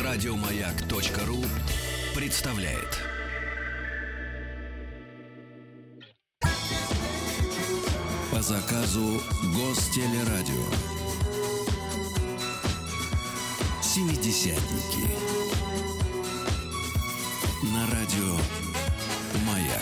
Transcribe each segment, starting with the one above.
Радиомаяк.ру представляет. По заказу Гостелерадио. Семидесятники. На радио Маяк.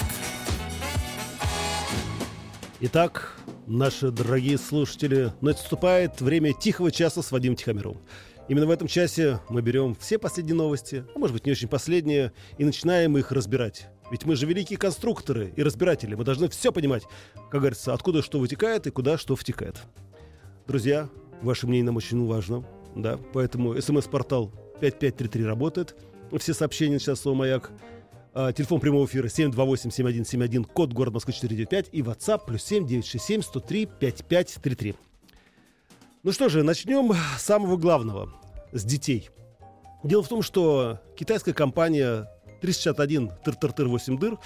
Итак, наши дорогие слушатели, наступает время тихого часа с Вадимом Тихомировым. Именно в этом часе мы берем все последние новости, а может быть не очень последние, и начинаем их разбирать. Ведь мы же великие конструкторы и разбиратели. Мы должны все понимать, как говорится, откуда что вытекает и куда что втекает. Друзья, ваше мнение нам очень важно. Да, поэтому СМС-портал 5533 работает. Все сообщения сейчас слово «Маяк». Телефон прямого эфира 728-7171, код город Москвы 495 и WhatsApp +7 967 103 5533. Ну что же, начнем с самого главного, с детей. Дело в том, что китайская компания 361 8 дыр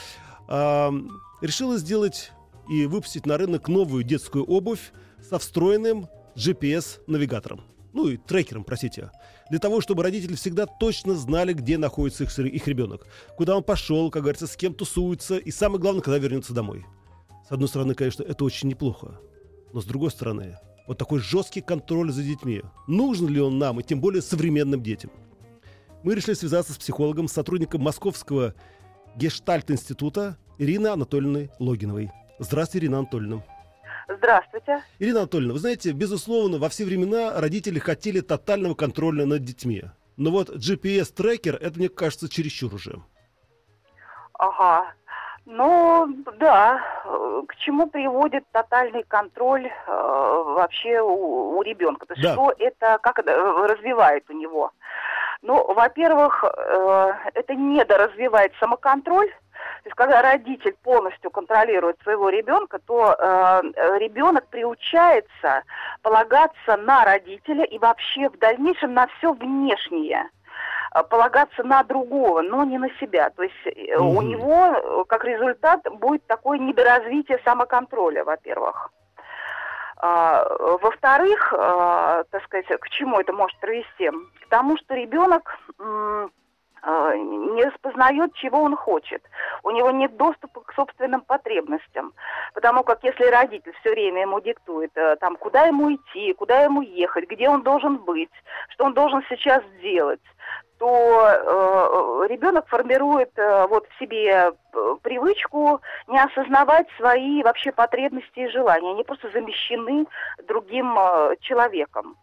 решила сделать и выпустить на рынок новую детскую обувь со встроенным GPS-навигатором. Ну и трекером, простите. Для того, чтобы родители всегда точно знали, где находится их ребенок. Куда он пошел, как говорится, с кем тусуется. И самое главное, когда вернется домой. С одной стороны, конечно, это очень неплохо. Но с другой стороны, вот такой жесткий контроль за детьми. Нужен ли он нам, и тем более современным детям? Мы решили связаться с психологом, сотрудником Московского Гештальт-института Ириной Анатольевной Логиновой. Здравствуйте, Ирина Анатольевна. Здравствуйте. Ирина Анатольевна, вы знаете, безусловно, во все времена родители хотели тотального контроля над детьми. Но вот GPS-трекер, это, мне кажется, чересчур уже. Ага. Ну, да. К чему приводит тотальный контроль вообще у ребенка? То есть Да. что это, как это развивает у него? Ну, во-первых, это недоразвивает самоконтроль. То есть, когда родитель полностью контролирует своего ребенка, то ребенок приучается полагаться на родителя и вообще в дальнейшем на все внешнее. Полагаться на другого, но не на себя. То есть у него, как результат, будет такое недоразвитие самоконтроля, во-первых. Во-вторых, так сказать, к чему это может привести? К тому, что ребенок не распознает, чего он хочет. У него нет доступа к собственным потребностям. Потому как если родитель все время ему диктует, там, куда ему идти, куда ему ехать, где он должен быть, что он должен сейчас делать, то ребенок формирует вот в себе привычку не осознавать свои вообще потребности и желания. Они просто замещены другим человеком.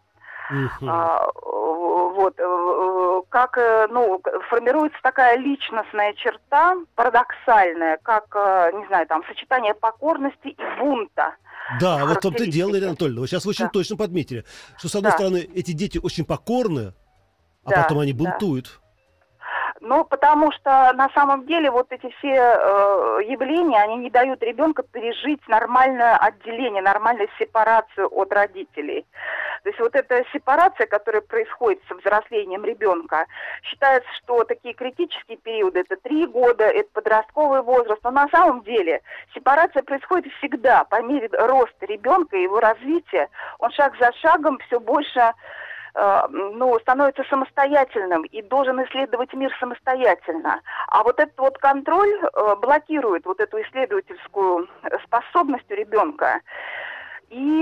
Вот, как, формируется такая личностная черта, парадоксальная, как, не знаю, там, сочетание покорности и бунта. Да, вот в том-то и дело, Ирина Анатольевна. Вы сейчас очень точно подметили, что, с одной стороны, эти дети очень покорны, а потом они бунтуют. Ну, потому что на самом деле вот эти все явления, они не дают ребенку пережить нормальное отделение, нормальную сепарацию от родителей. То есть вот эта сепарация, которая происходит со взрослением ребенка, считается, что такие критические периоды, это 3 года, это подростковый возраст, но на самом деле сепарация происходит всегда по мере роста ребенка и его развития. Он шаг за шагом все больше становится самостоятельным и должен исследовать мир самостоятельно. А вот этот вот контроль блокирует вот эту исследовательскую способность у ребенка. И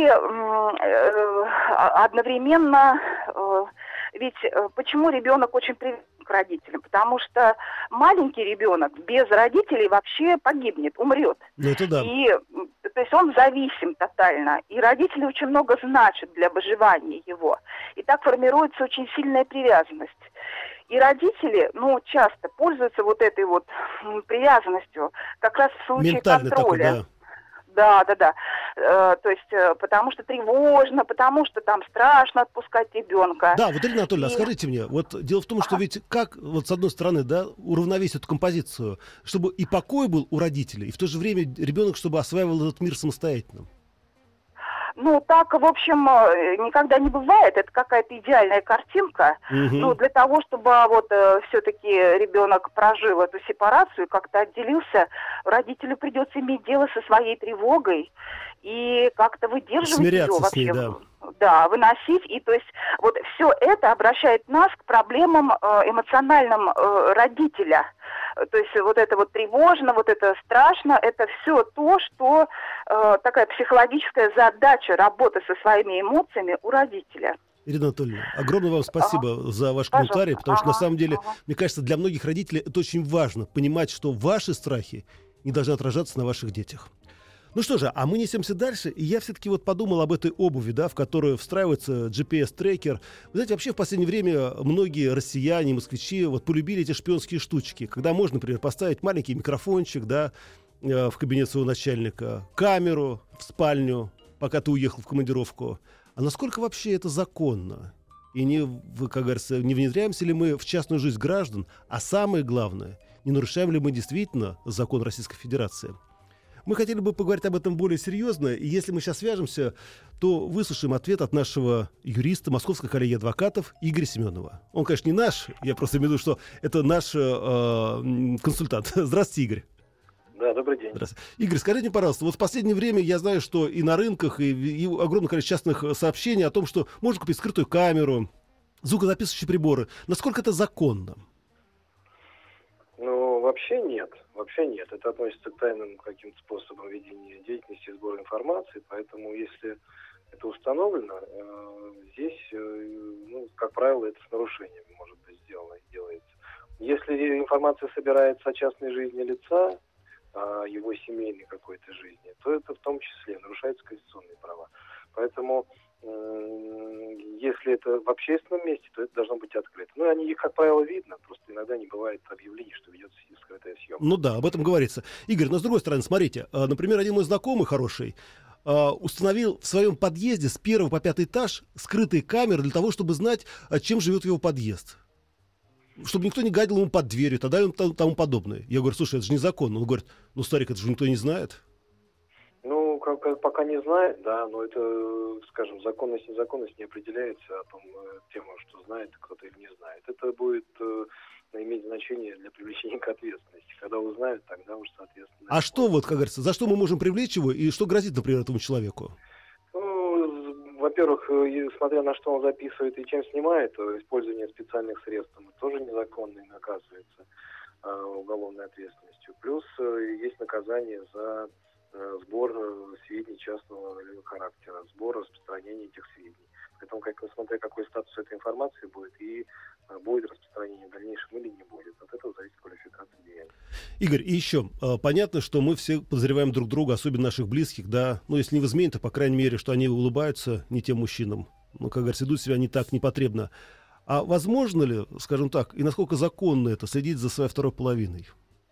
одновременно, ведь почему ребенок очень привязан к родителям? Потому что маленький ребенок без родителей вообще погибнет, умрет. Это да. И, то есть он зависим тотально. И родители очень много значат для выживания его. И так формируется очень сильная привязанность. И родители, часто пользуются вот этой вот привязанностью как раз в случае ментальный контроля. Такой, да. Да. То есть, потому что тревожно, потому что там страшно отпускать ребенка. Да, вот, Ирина Анатольевна, скажите мне, вот дело в том, что ведь как, вот с одной стороны, да, уравновесить эту композицию, чтобы и покой был у родителей, и в то же время ребенок, чтобы осваивал этот мир самостоятельно? Ну, так, в общем, никогда не бывает. Это какая-то идеальная картинка. Ну, для того, чтобы вот все-таки ребенок прожил эту сепарацию, как-то отделился, родителю придется иметь дело со своей тревогой и как-то выдерживать смиряться ее вообще. с ней, да. да, выносить. И то есть вот все это обращает нас к проблемам эмоциональным родителя. То есть вот это вот тревожно, вот это страшно, это все то, что такая психологическая задача работы со своими эмоциями у родителя. Ирина Анатольевна, огромное вам спасибо за ваш комментарий, потому что на самом деле, мне кажется, для многих родителей это очень важно, понимать, что ваши страхи не должны отражаться на ваших детях. Ну что же, а мы несемся дальше, и я все-таки вот подумал об этой обуви, да, в которую встраивается GPS-трекер. Вы знаете, вообще в последнее время многие россияне, москвичи вот полюбили эти шпионские штучки, когда можно, например, поставить маленький микрофончик, да, в кабинет своего начальника, камеру в спальню, пока ты уехал в командировку. А насколько вообще это законно? И как говорится, не внедряемся ли мы в частную жизнь граждан? А самое главное, не нарушаем ли мы действительно закон Российской Федерации? Мы хотели бы поговорить об этом более серьезно. И если мы сейчас свяжемся, то выслушаем ответ от нашего юриста Московской коллегии адвокатов Игоря Семенова. Он, конечно, не наш, я просто имею в виду, что это наш консультант. Здравствуйте, Игорь. Да, добрый день. Игорь, скажите, пожалуйста, вот в последнее время я знаю, что и на рынках, и огромное количество частных сообщений о том, что можно купить скрытую камеру, звукозаписывающие приборы. Насколько это законно? Ну, вообще нет. Вообще нет. Это относится к тайным каким-то способам ведения деятельности и сбора информации. Поэтому, если это установлено, здесь, ну, как правило, это с нарушениями может быть сделано и делается. Если информация собирается о частной жизни лица, его семейной какой-то жизни, то это в том числе нарушаются конституционные права. Поэтому, если это в общественном месте, то это должно быть открыто. Ну, их, как правило, видно, просто иногда не бывает объявлений, что ведется скрытая съемка. Ну да, об этом говорится. Игорь, но с другой стороны, смотрите, например, один мой знакомый хороший установил в своем подъезде с 1 по 5 этаж скрытые камеры для того, чтобы знать, чем живет его подъезд. Чтобы никто не гадил ему под дверью, тогда и тому подобное. Я говорю, слушай, это же незаконно. Он говорит, ну, старик, это же никто не знает. Ну, пока не знает, да, но это, скажем, законность, незаконность не определяется о том, тем, что знает кто-то или не знает. Это будет иметь значение для привлечения к ответственности. Когда узнают, тогда уж, соответственно... А что, вот, как говорится, за что мы можем привлечь его и что грозит, например, этому человеку? Ну, во-первых, смотря на что он записывает и чем снимает, использование специальных средств тоже незаконно и наказывается уголовной ответственностью. Плюс есть наказание за сбор сведений частного характера, сбор распространения этих сведений. Поэтому, смотря какой статус этой информации будет, и будет распространение в дальнейшем или не будет. От этого зависит квалификация деяния. Игорь, и еще, понятно, что мы все подозреваем друг друга, особенно наших близких, да, ну, если не в измене, то, по крайней мере, что они улыбаются не тем мужчинам, ну, как говорится, ведут себя не так непотребно. А возможно ли, скажем так, и насколько законно это, следить за своей второй половиной?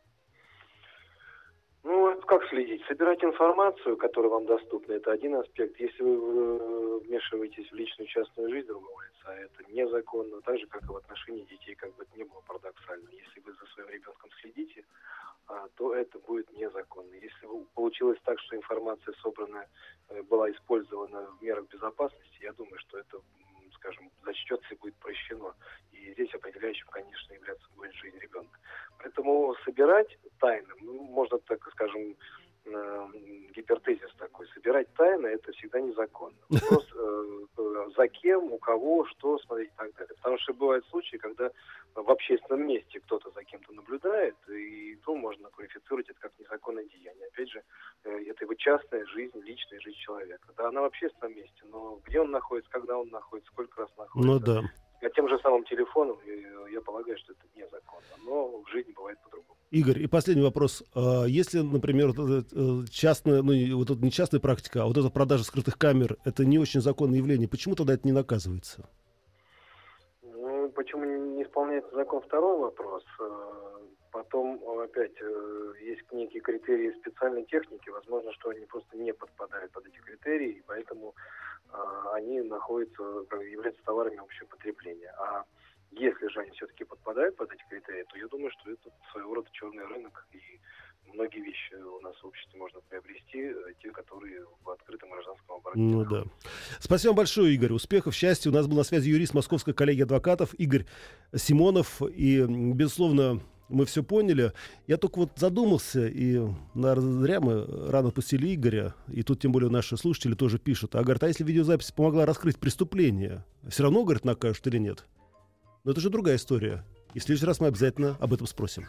Ну, как следить? Собирать информацию, которая вам доступна, это один аспект. Если вы вмешиваетесь в личную частную жизнь другого лица, это незаконно, так же, как и в отношении детей, как бы это ни было парадоксально. Если вы за своим ребенком следите, то это будет незаконно. Если получилось так, что информация собранная была использована в мерах безопасности, я думаю, что это, скажем, зачтется и будет прощено. И здесь определяющим, конечно, является будет жизнь ребенка. Поэтому собирать тайны, ну, можно, так скажем, гипертезис такой, собирать тайны, это всегда незаконно. Вопрос, за кем, у кого, что смотреть и так далее. Потому что бывают случаи, когда в общественном месте кто-то за кем-то наблюдает, и то можно квалифицировать это как незаконное деяние. Опять же, это его частная жизнь, личная жизнь человека. Да, она в общественном месте, но где он находится, когда он находится, сколько раз находится. Ну да. А тем же самым телефоном, я полагаю, что это незаконно. Но в жизни бывает по-другому. Игорь, и последний вопрос. Если, например, частная, ну, вот это не частная практика, а вот эта продажа скрытых камер, это не очень законное явление, почему тогда это не наказывается? Ну, почему не исполняется закон, второй вопрос. Потом, опять, есть некие критерии специальной техники. Возможно, что они просто не подпадают под эти критерии, и поэтому они являются товарами общего потребления. А если же они все-таки подпадают под эти критерии, то я думаю, что это своего рода черный рынок, и многие вещи у нас в обществе можно приобрести, те, которые в открытом гражданском обороте. Ну да. Спасибо вам большое, Игорь. Успехов, счастья. У нас был на связи юрист Московской коллегии адвокатов Игорь Симонов. И, безусловно, мы все поняли. Я только вот задумался, и зря мы рано пустили Игоря, и тут тем более наши слушатели тоже пишут. А говорят, а если видеозапись помогла раскрыть преступление, все равно, говорят, накажут или нет? Но это же другая история. И в следующий раз мы обязательно об этом спросим.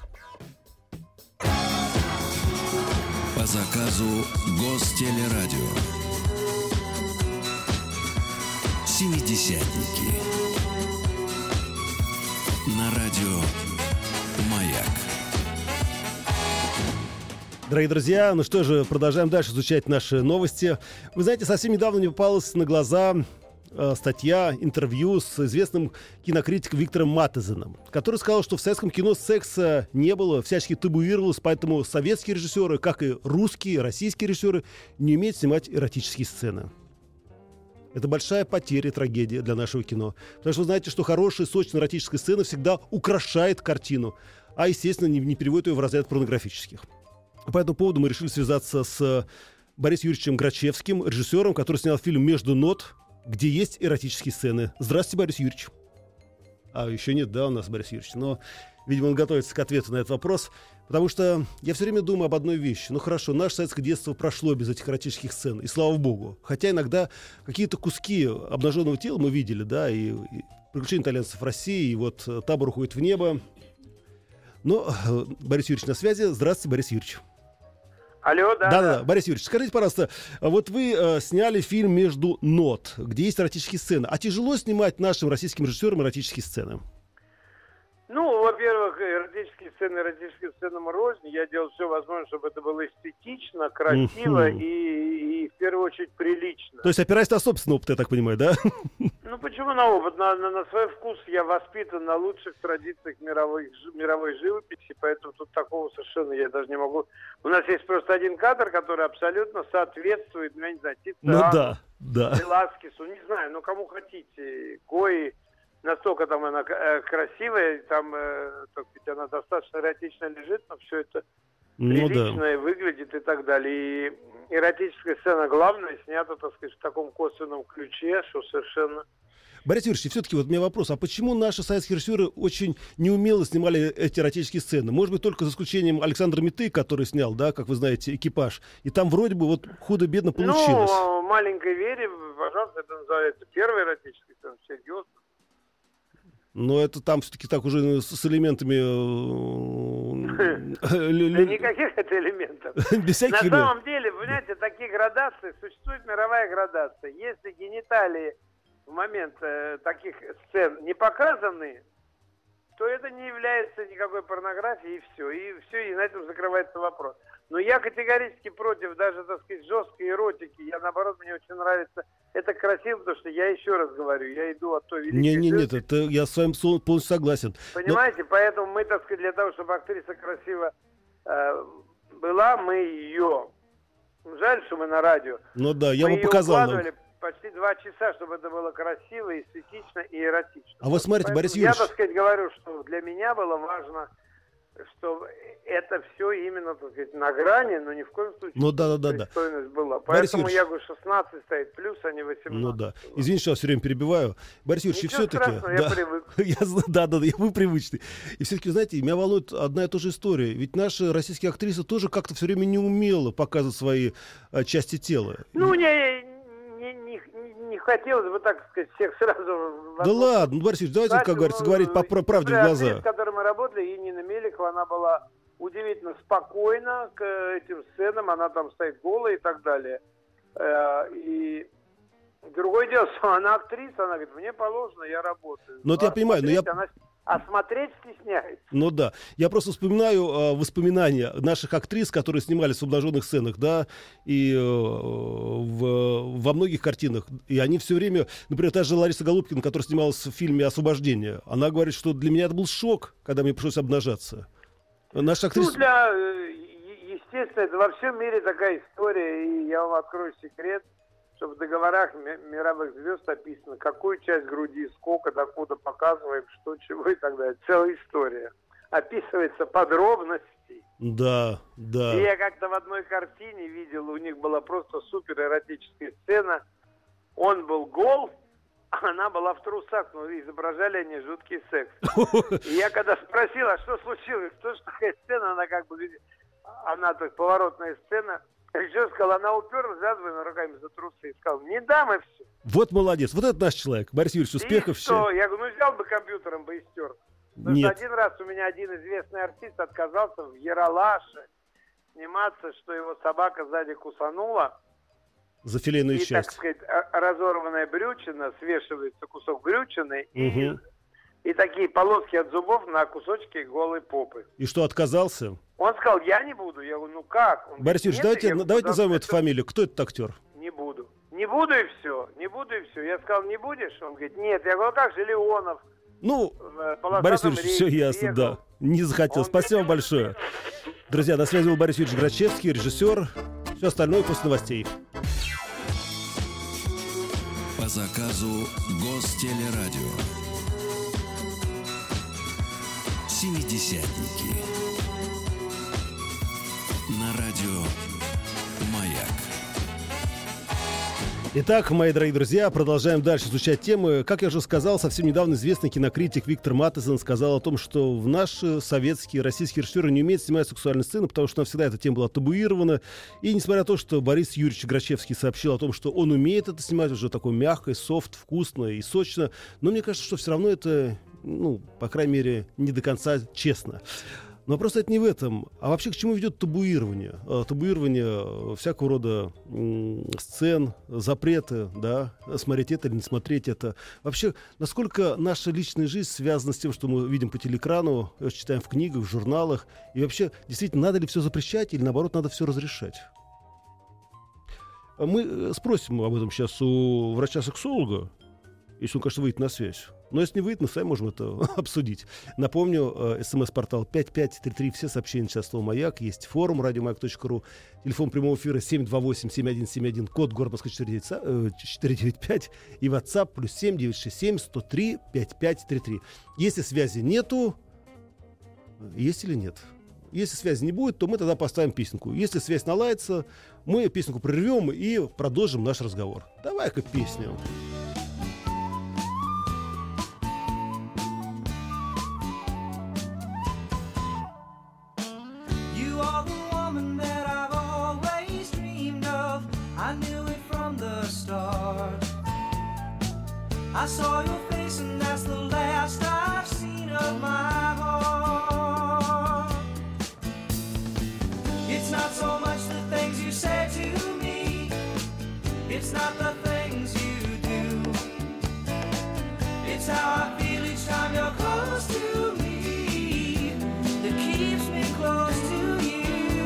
По заказу Гостелерадио. «Семидесятники». На радио «Маяк». Дорогие друзья, ну что же, продолжаем дальше изучать наши новости. Вы знаете, совсем недавно мне попалась на глаза статья, интервью с известным кинокритиком Виктором Матезеном, который сказал, что в советском кино секса не было, всячески табуировалось, поэтому советские режиссеры, как и русские, российские режиссеры, не умеют снимать эротические сцены. Это большая потеря, трагедия для нашего кино. Потому что вы знаете, что хорошая, сочная эротическая сцена всегда украшает картину, а, естественно, не переводит ее в разряд порнографических. По этому поводу мы решили связаться с Борисом Юрьевичем Грачевским, режиссером, который снял фильм «Между нот», где есть эротические сцены. Здравствуйте, Борис Юрьевич. А, еще нет, да, у нас Борис Юрьевич. Но, видимо, он готовится к ответу на этот вопрос. Потому что я все время думаю об одной вещи. Ну хорошо, наше советское детство прошло без этих эротических сцен, и слава богу. Хотя иногда какие-то куски обнаженного тела мы видели, да, и «Приключения итальянцев в России», и вот «Табор уходит в небо». Но Борис Юрьевич на связи. Здравствуйте, Борис Юрьевич. Алло, да. Да. Борис Юрьевич, скажите, пожалуйста, вот вы сняли фильм «Между нот», где есть эротические сцены. А тяжело снимать нашим российским режиссерам эротические сцены? Ну, во-первых, эротические сцены рознь. Я делал все возможное, чтобы это было эстетично, красиво и в первую очередь прилично. То есть опираясь на собственный опыт, я так понимаю, да? Ну, почему на опыт? На свой вкус я воспитан на лучших традициях мировой живописи, поэтому тут такого совершенно я даже не могу. У нас есть просто один кадр, который абсолютно соответствует, я не знаю, Тициану, Веласкесу, не знаю, ну кому хотите, Гои. Настолько там она красивая, там, так сказать, она достаточно эротично лежит, но все это прилично выглядит и так далее. И эротическая сцена главная снята, так сказать, в таком косвенном ключе, что совершенно... Борис Юрьевич, все-таки вот у меня вопрос, а почему наши советские режиссеры очень неумело снимали эти эротические сцены? Может быть, только за исключением Александра Миты, который снял, да, как вы знаете, «Экипаж». И там вроде бы вот худо-бедно получилось. Ну, «Маленькой Вере», пожалуйста, это называется первая эротическая сцена, серьезно. Но это там все-таки так уже с элементами... Да никаких это элементов. На самом деле, понимаете, такие градации, существует мировая градация. Если гениталии в момент таких сцен не показаны, то это не является никакой порнографией, и на этом закрывается вопрос. Но я категорически против даже, так сказать, жесткой эротики. Я, наоборот, мне очень нравится. Это красиво, потому что я еще раз говорю, я иду от той великой... Нет, это я с вами полностью согласен. Понимаете, поэтому мы, так сказать, для того, чтобы актриса красиво была, мы ее... Жаль, что мы на радио. Ну да, я вам показал. Мы укладывали почти 2 часа, чтобы это было красиво, эстетично и эротично. А вот смотрите, поэтому Борис Юрьевич... Я, так сказать, говорю, что для меня было важно... что это все именно, так сказать, на грани, но ни в коем случае пристойность была. Поэтому я говорю, 16 стоит плюс, а не 18. Ну да. Извините, что я все время перебиваю. Борис Юрьевич, все-таки... я привык. Вы привычный. И все-таки, знаете, меня волнует одна и та же история. Ведь наши российские актрисы тоже как-то все время неумело показывают свои части тела. Ну, не хотелось бы, так сказать, всех сразу... Да ладно, Борис Юрьевич, давайте, как говорится, говорить по правде в глаза. С которой мы работали, и Нина Мелехова, она была удивительно спокойна к этим сценам, она там стоит голая и так далее. И другое дело, что она актриса, она говорит, мне положено, я работаю. Ну, это я понимаю, но я... А смотреть стесняется. Ну да. Я просто вспоминаю воспоминания наших актрис, которые снимались в обнаженных сценах, да, и во многих картинах. И они все время... Например, та же Лариса Голубкина, которая снималась в фильме «Освобождение», она говорит, что для меня это был шок, когда мне пришлось обнажаться. Наша актриса... Естественно, это во всем мире такая история, и я вам открою секрет, что в договорах мировых звезд описано, какую часть груди, сколько, докуда показываем, что, чего и так далее. Целая история. Описывается подробности. Да. И я как-то в одной картине видел, у них была просто супер эротическая сцена. Он был гол, она была в трусах, но изображали они жуткий секс. И я когда спросил, а что случилось, что ж такая сцена, она как бы, она так поворотная сцена. Режиссер сказал, она уперлась двумя руками за трусы и сказал, не дам и все. Вот молодец, вот это наш человек, Борис Юрьевич, успехов. И что? Я говорю, взял бы компьютером бы и стер. Потому что один раз у меня один известный артист отказался в Ералаше сниматься, что его собака сзади кусанула. За филейную часть. Так сказать, разорванная брючина, свешивается кусок брючины, и такие полоски от зубов на кусочки голой попы. И что, отказался? Он сказал, я не буду. Я говорю, ну как? Он Борис Юрьевич, давайте назовем эту фамилию. Кто этот актер? Не буду. Не буду и все. Не буду и все. Я сказал, не будешь? Он говорит, нет. Я говорю, как же Леонов? Ну, Борис Юрьевич, все ясно, да. Не захотел. Спасибо большое. Друзья, на связи был Борис Юрьевич Грачевский, режиссер. Все остальное после новостей. По заказу Гостелерадио. Семидесятники. На радио «Маяк». Итак, мои дорогие друзья, продолжаем дальше изучать темы. Как я уже сказал, совсем недавно известный кинокритик Виктор Матезен сказал о том, что в наши советские, российские режиссеры не умеют снимать сексуальные сцены, потому что навсегда эта тема была табуирована. И несмотря на то, что Борис Юрьевич Грачевский сообщил о том, что он умеет это снимать уже такой мягко, софт, вкусно и сочно, но мне кажется, что все равно это, по крайней мере, не до конца честно. Но вопрос это не в этом. А вообще к чему ведет табуирование? Табуирование всякого рода сцен, запреты, да, смотреть это или не смотреть это. Вообще, насколько наша личная жизнь связана с тем, что мы видим по телеэкрану, читаем в книгах, в журналах. И вообще, действительно, надо ли все запрещать или, наоборот, надо все разрешать? Мы спросим об этом сейчас у врача-сексолога, если он, конечно, выйдет на связь. Но если не выйдет, мы сами можем это обсудить. Напомню, смс-портал 5533, все сообщения сейчас слово «Маяк». Есть форум радиомаяк.ру, телефон прямого эфира 728-7171, код город Москвы 495 и WhatsApp +7 967 103 5533. Если связи нету, есть или нет? Если связи не будет, то мы тогда поставим песенку. Если связь наладится, мы песенку прервем и продолжим наш разговор. Давай-ка песню. I saw your face and that's the last I've seen of my heart. It's not so much the things you say to me, it's not the things you do, it's how I feel each time you're close to me that keeps me close to you.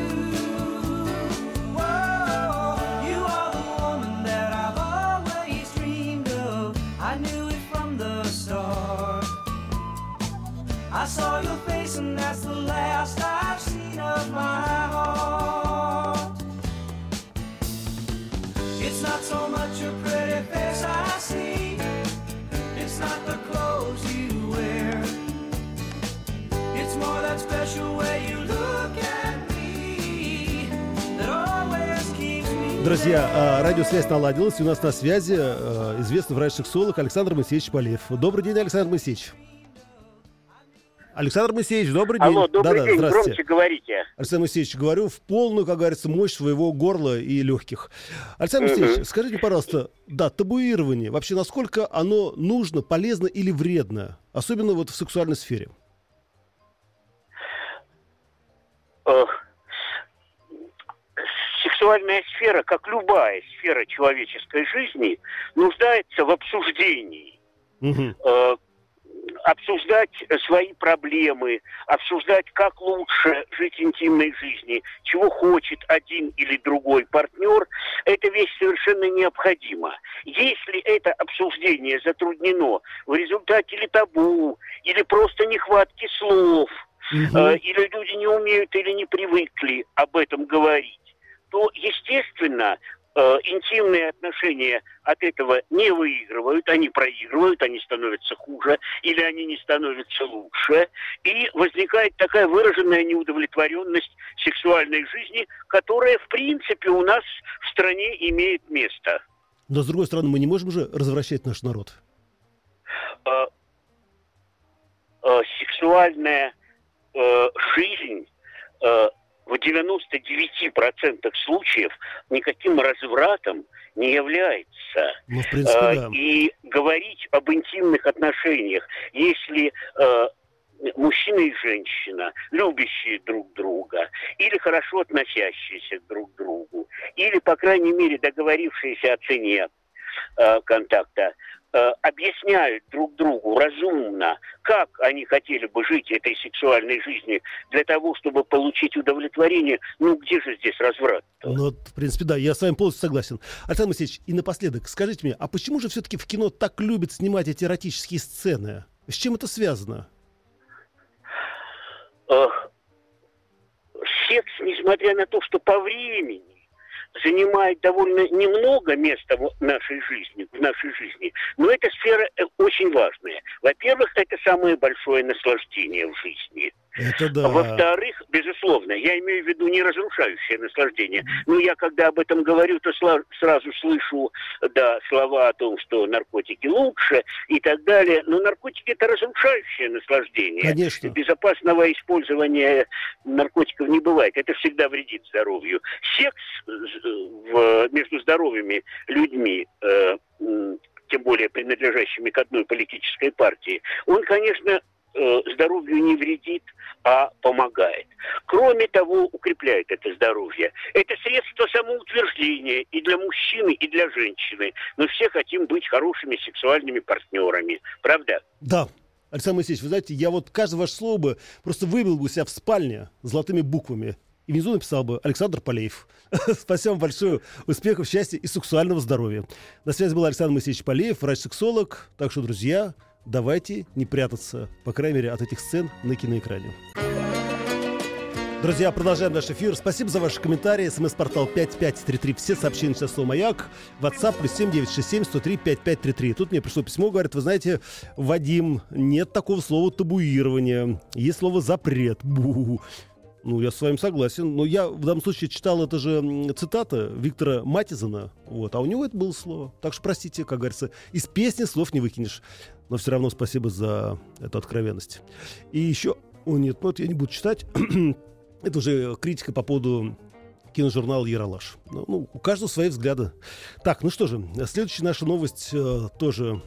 I saw your face and that's the last I've seen of my heart. It's not so much your pretty face I see, it's not the clothes you wear, it's more that special way you look at me that always keeps me. Друзья, радиосвязь наладилась, и у нас на связи известный врач-сексолог Александр Моисеевич Полев. Добрый день, Александр Моисеевич. Александр Моисеевич, добрый день. Алло, добрый день, громче говорите. Александр Моисеевич, говорю в полную, как говорится, мощь своего горла и легких. Александр Моисеевич, скажите, пожалуйста, табуирование, вообще насколько оно нужно, полезно или вредно, особенно вот в сексуальной сфере? Сексуальная сфера, как любая сфера человеческой жизни, нуждается в обсуждении. Обсуждать свои проблемы, обсуждать, как лучше жить интимной жизнью, чего хочет один или другой партнер, эта вещь совершенно необходима. Если это обсуждение затруднено в результате или табу, или просто нехватки слов, или люди не умеют или не привыкли об этом говорить, то, естественно, интимные отношения от этого не выигрывают, они проигрывают, они становятся хуже или они не становятся лучше. И возникает такая выраженная неудовлетворенность сексуальной жизни, которая, в принципе, у нас в стране имеет место. Но, с другой стороны, мы не можем же развращать наш народ. сексуальная жизнь в 99% случаев никаким развратом не является. Ну, в принципе, да. И говорить об интимных отношениях, если мужчина и женщина, любящие друг друга, или хорошо относящиеся друг к другу, или, по крайней мере, договорившиеся о цене контакта, объясняют друг другу разумно, как они хотели бы жить этой сексуальной жизнью для того, чтобы получить удовлетворение. Ну, где же здесь разврат? Ну, в принципе, да, я с вами полностью согласен. Александр Моисеевич, и напоследок, скажите мне, а почему же все-таки в кино так любят снимать эти эротические сцены? С чем это связано? Секс, несмотря на то, что по времени занимает довольно немного места в нашей жизни, но эта сфера очень важная. Во-первых, это самое большое наслаждение в жизни. Это да. Во-вторых, безусловно, я имею в виду не разрушающее наслаждение. Но я, когда об этом говорю, то сразу слышу, да, слова о том, что наркотики лучше и так далее. Но наркотики – это разрушающее наслаждение. Конечно. Безопасного использования наркотиков не бывает. Это всегда вредит здоровью. Секс между здоровыми людьми, тем более принадлежащими к одной политической партии, он, конечно, здоровью не вредит, а помогает. Кроме того, укрепляет это здоровье. Это средство самоутверждения и для мужчины, и для женщины. Мы все хотим быть хорошими сексуальными партнерами. Правда? Да. Александр Моисеевич, вы знаете, я вот каждое ваше слово бы просто вывел бы себя в спальне золотыми буквами. И внизу написал бы Александр Полеев. Спасибо вам большое. Успехов, счастья и сексуального здоровья. На связи был Александр Моисеевич Полеев, врач-сексолог. Так что, друзья, давайте не прятаться, по крайней мере, от этих сцен на киноэкране. Друзья, продолжаем наш эфир. Спасибо за ваши комментарии. СМС-портал 5533. Все сообщения сейчас слово «Маяк». WhatsApp +7 967 103 5533. Тут мне пришло письмо, говорит, вы знаете, Вадим, нет такого слова табуирование. Есть слово запрет. Бу. Ну, я с вами согласен. Но я в данном случае читал, это же цитата Виктора Матизона. Вот, а у него это было слово. Так что, простите, как говорится, из песни слов не выкинешь. Но все равно спасибо за эту откровенность. И еще... О, нет, ну это я не буду читать. Это уже критика по поводу киножурнала «Ералаш». Ну, у каждого свои взгляды. Так, ну что же, следующая наша новость тоже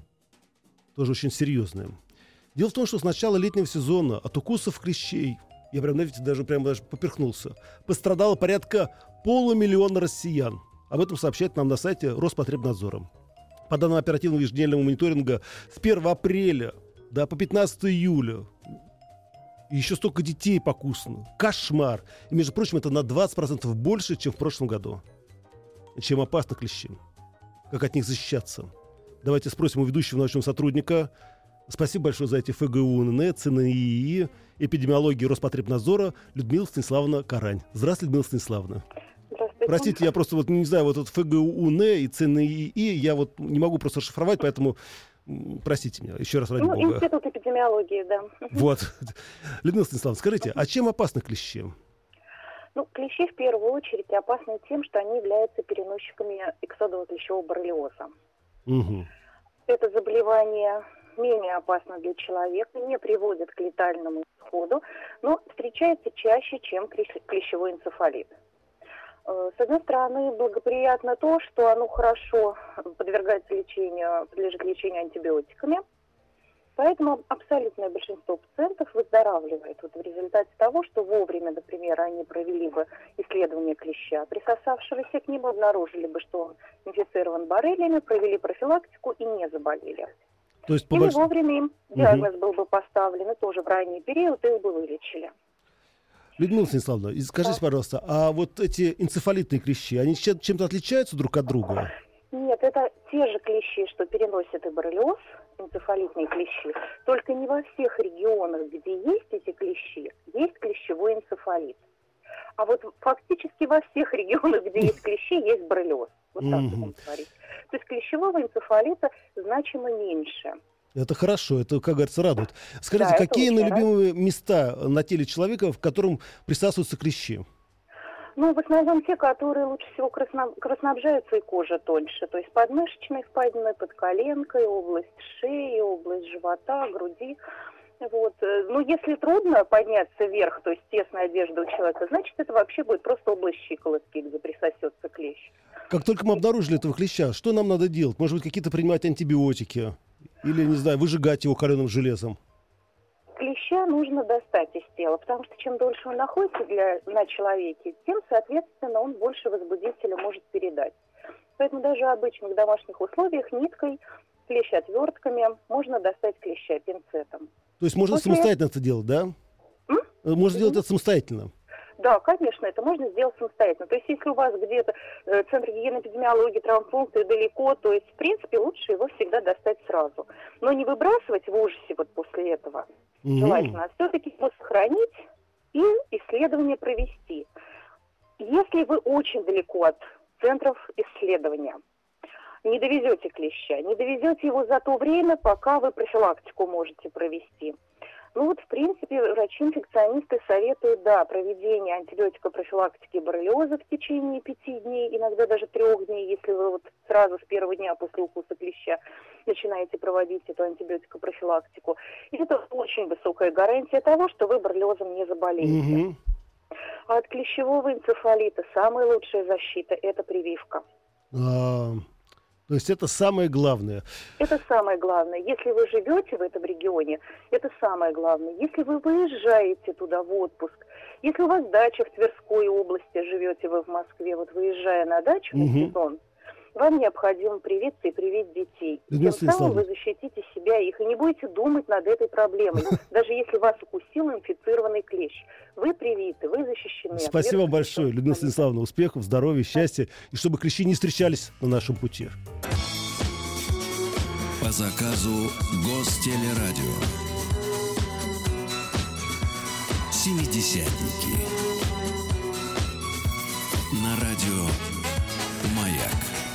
очень серьезная. Дело в том, что с начала летнего сезона от укусов клещей, я прям, знаете, даже поперхнулся, пострадало порядка 500 000 россиян. Об этом сообщает нам на сайте Роспотребнадзора. По данным оперативного еженедельного мониторинга, с 1 апреля по 15 июля еще столько детей покусано. Кошмар. И, между прочим, это на 20% больше, чем в прошлом году. Чем опасно клещи. Как от них защищаться? Давайте спросим у ведущего научного сотрудника. Спасибо большое за эти ФГУ, НН, ЦНИИ, эпидемиологии Роспотребнадзора Людмила Станиславовна Карань. Здравствуйте, Людмила Станиславовна. Здравствуйте. Простите, я просто вот не знаю, вот этот ФГУ, НН и ЦНИИ, я вот не могу просто расшифровать, поэтому простите меня, еще раз ради бога. Институт эпидемиологии, да. Вот. Людмила Станиславовна, скажите, а чем опасны клещи? Ну, клещи в первую очередь опасны тем, что они являются переносчиками иксодового клещевого боррелиоза. Угу. Это заболевание менее опасно для человека, не приводит к летальному исходу, но встречается чаще, чем клещевой энцефалит. С одной стороны, благоприятно то, что оно хорошо подвергается лечению, подлежит лечению антибиотиками, поэтому абсолютное большинство пациентов выздоравливает вот в результате того, что вовремя, например, они провели бы исследование клеща, присосавшегося к нему, обнаружили бы, что он инфицирован боррелиями, провели профилактику и не заболели. То есть, или вовремя им диагноз был бы поставлен, и тоже в ранний период их бы вылечили. Людмила Станиславовна, скажите, пожалуйста, а вот эти энцефалитные клещи, они чем-то отличаются друг от друга? Нет, это те же клещи, что переносят и боррелиоз, энцефалитные клещи, только не во всех регионах, где есть эти клещи, есть клещевой энцефалит. А вот фактически во всех регионах, где есть клещи, есть боррелиоз. Вот так будем говорить. То есть клещевого энцефалита значимо меньше. Это хорошо, это, как говорится, радует. Скажите, какие любимые места на теле человека, в котором присасываются клещи? Ну, в основном те, которые лучше всего кровоснабжаются, и кожа тоньше. То есть подмышечной впадиной, под коленкой, область шеи, область живота, груди. Вот. Ну, если трудно подняться вверх, то есть тесная одежда у человека, значит, это вообще будет просто область щиколотки, где присосется клещ. Как только мы обнаружили этого клеща, что нам надо делать? Может быть, какие-то принимать антибиотики? Или, не знаю, выжигать его каленым железом? Клеща нужно достать из тела, потому что чем дольше он находится на человеке, тем, соответственно, он больше возбудителя может передать. Поэтому даже в обычных домашних условиях ниткой, клещеотвертками можно достать клеща пинцетом. То есть можно самостоятельно это делать, да? Можно сделать это самостоятельно? Да, конечно, это можно сделать самостоятельно. То есть если у вас где-то центр гигиены, эпидемиологии, травмпункты далеко, то есть, в принципе, лучше его всегда достать сразу. Но не выбрасывать в ужасе вот после этого желательно, а все-таки его сохранить и исследование провести. Если вы очень далеко от центров исследования, не довезете клеща, не довезете его за то время, пока вы профилактику можете провести. Ну вот, в принципе, врачи-инфекционисты советуют, да, проведение антибиотикопрофилактики боррелиоза в течение 5 дней, иногда даже 3 дней, если вы вот сразу с первого дня после укуса клеща начинаете проводить эту антибиотикопрофилактику. И это очень высокая гарантия того, что вы боррелиозом не заболеете. А от клещевого энцефалита самая лучшая защита – это прививка. То есть это самое главное. Это самое главное. Если вы живете в этом регионе, это самое главное. Если вы выезжаете туда в отпуск, если у вас дача в Тверской области, живете вы в Москве, вот выезжая на дачу на сезон, вам необходимо привиться и привить детей. Тем самым вы защитите себя и их, и не будете думать над этой проблемой. Даже если вас укусил инфицированный клещ, вы привиты, вы защищены. Спасибо вам большое, Людмила Станиславовна. Успехов, здоровья, счастья. И чтобы клещи не встречались на нашем пути. По заказу Гостелерадио. Семидесятники. На радио «Маяк».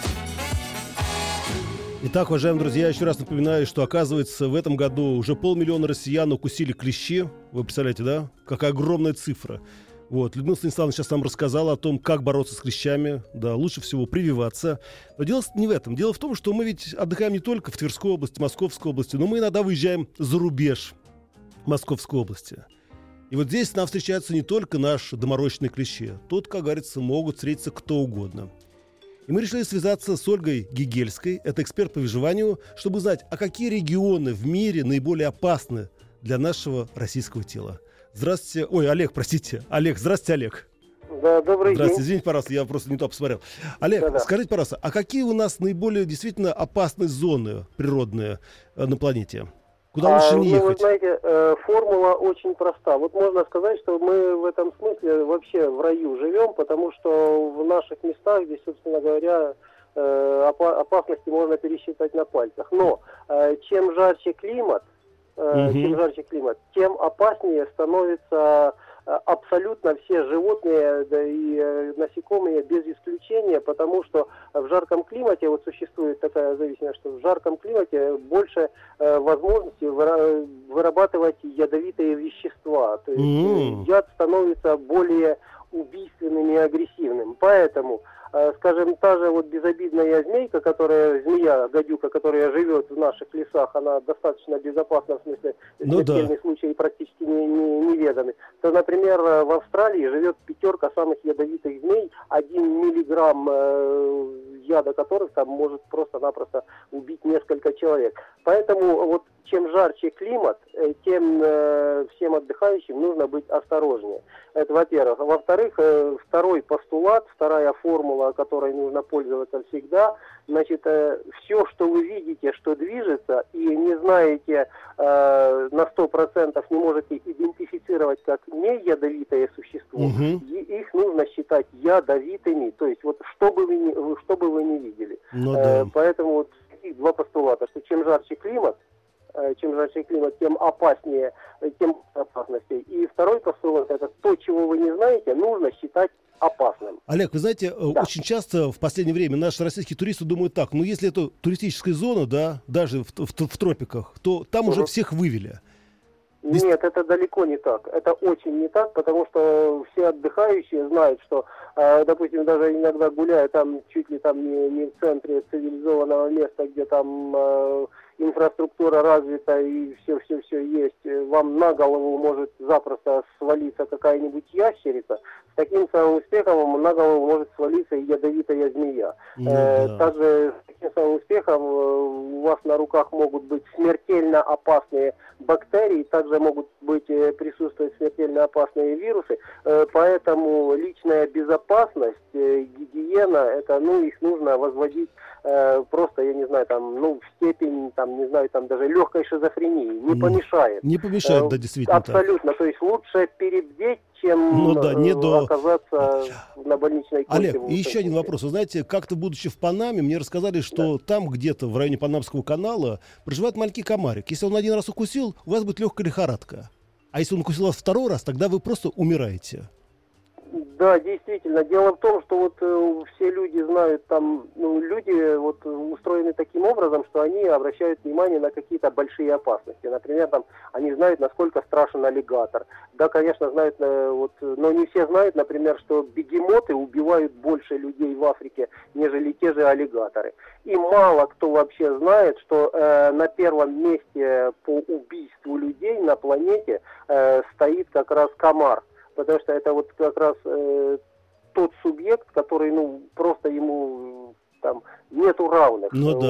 Итак, уважаемые друзья, еще раз напоминаю, что, оказывается, в этом году уже 500 000 россиян укусили клещи. Вы представляете, да? Какая огромная цифра. Вот. Людмила Станиславовна сейчас нам рассказала о том, как бороться с клещами. Да, лучше всего прививаться. Но дело не в этом. Дело в том, что мы ведь отдыхаем не только в Тверской области, Московской области, но мы иногда выезжаем за рубеж Московской области. И вот здесь нам встречаются не только наши доморощенные клещи. Тут, как говорится, могут встретиться кто угодно. И мы решили связаться с Ольгой Гигельской, это эксперт по выживанию, чтобы узнать, а какие регионы в мире наиболее опасны для нашего российского тела. Здравствуйте. Ой, Олег, простите. Олег, здравствуйте, Олег. Да, добрый день. Здравствуйте, извините, пожалуйста, я просто не то посмотрел. Олег, скажите, пожалуйста, а какие у нас наиболее действительно опасные зоны природные на планете? Куда лучше не ехать? Вы знаете, формула очень проста. Вот можно сказать, что мы в этом смысле вообще в раю живем, потому что в наших местах, здесь, собственно говоря, опасности можно пересчитать на пальцах. Но чем жарче климат, тем опаснее становится абсолютно все животные, да и насекомые без исключения, потому что в жарком климате, вот существует такая зависимость, что в жарком климате больше возможностей вырабатывать ядовитые вещества. То есть яд становится более убийственным и агрессивным. Поэтому, скажем, та же вот безобидная змейка, гадюка, которая живет в наших лесах, она достаточно безопасна, в смысле, смертельные случаи практически неведаны. То, например, в Австралии живет 5 самых ядовитых змей, 1 миллиграмм яда которых там может просто-напросто убить несколько человек. Поэтому вот чем жарче климат, тем всем отдыхающим нужно быть осторожнее. Это во-первых. Во-вторых, второй постулат, вторая формула, которой нужно пользоваться всегда, значит, все, что вы видите, что движется, и не знаете на 100%, не можете идентифицировать как не ядовитое существо, их нужно считать ядовитыми, то есть вот что бы вы ни видели. Поэтому вот таких 2 постулата, что чем жарче климат, тем опаснее, тем опасностей. И второй постулат, это то, чего вы не знаете, нужно считать опасным. Олег, вы знаете, очень часто в последнее время наши российские туристы думают так, ну если это туристическая зона, да, даже в тропиках, то там уже всех вывели. Нет, это далеко не так. Это очень не так, потому что все отдыхающие знают, что, допустим, даже иногда гуляя там чуть ли там не в центре цивилизованного места, где там инфраструктура развита и все есть, вам на голову может запросто свалиться какая-нибудь ящерица. С таким самым успехом вам на голову может свалиться и ядовитая змея. Также с таким самым успехом у вас на руках могут быть смертельно опасные бактерии, также могут присутствовать смертельно опасные вирусы, поэтому личная безопасность, гигиена, это, их нужно возводить просто, я не знаю, там, в степень, там, не знаю, там, даже легкой шизофрении. Не помешает. Не помешает, да, действительно. Абсолютно. То есть лучше перебдеть, чем оказаться на больничной койке. Олег, и еще один вопрос. Вы знаете, как-то будучи в Панаме, мне рассказали, что там где-то в районе Панамского канала проживает маленький комарик. Если он один раз укусил, у вас будет легкая лихорадка. А если он укусил вас второй раз, тогда вы просто умираете. Да, действительно. Дело в том, что все люди знают, там, люди устроены таким образом, что они обращают внимание на какие-то большие опасности. Например, там, они знают, насколько страшен аллигатор. Да, конечно, знают, но не все знают, например, что бегемоты убивают больше людей в Африке, нежели те же аллигаторы. И мало кто вообще знает, что на первом месте по убийству людей на планете стоит как раз комар. Потому что это как раз тот субъект, который, просто ему там нету равных.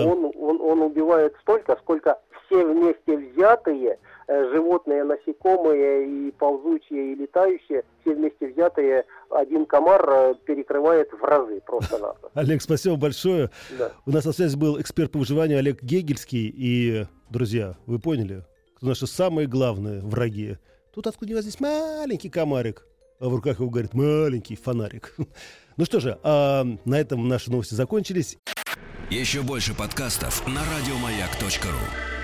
Он убивает столько, сколько все вместе взятые животные, насекомые и ползучие, и летающие, все вместе взятые, один комар перекрывает в разы просто-напросто. Олег, спасибо большое. Да. У нас на связи был эксперт по выживанию Олег Гегельский. И, друзья, вы поняли, кто наши самые главные враги? Тут откуда ни возьмись маленький комарик, а в руках его, говорит, маленький фонарик. Ну что же, на этом наши новости закончились. Еще больше подкастов на радиомаяк.ру.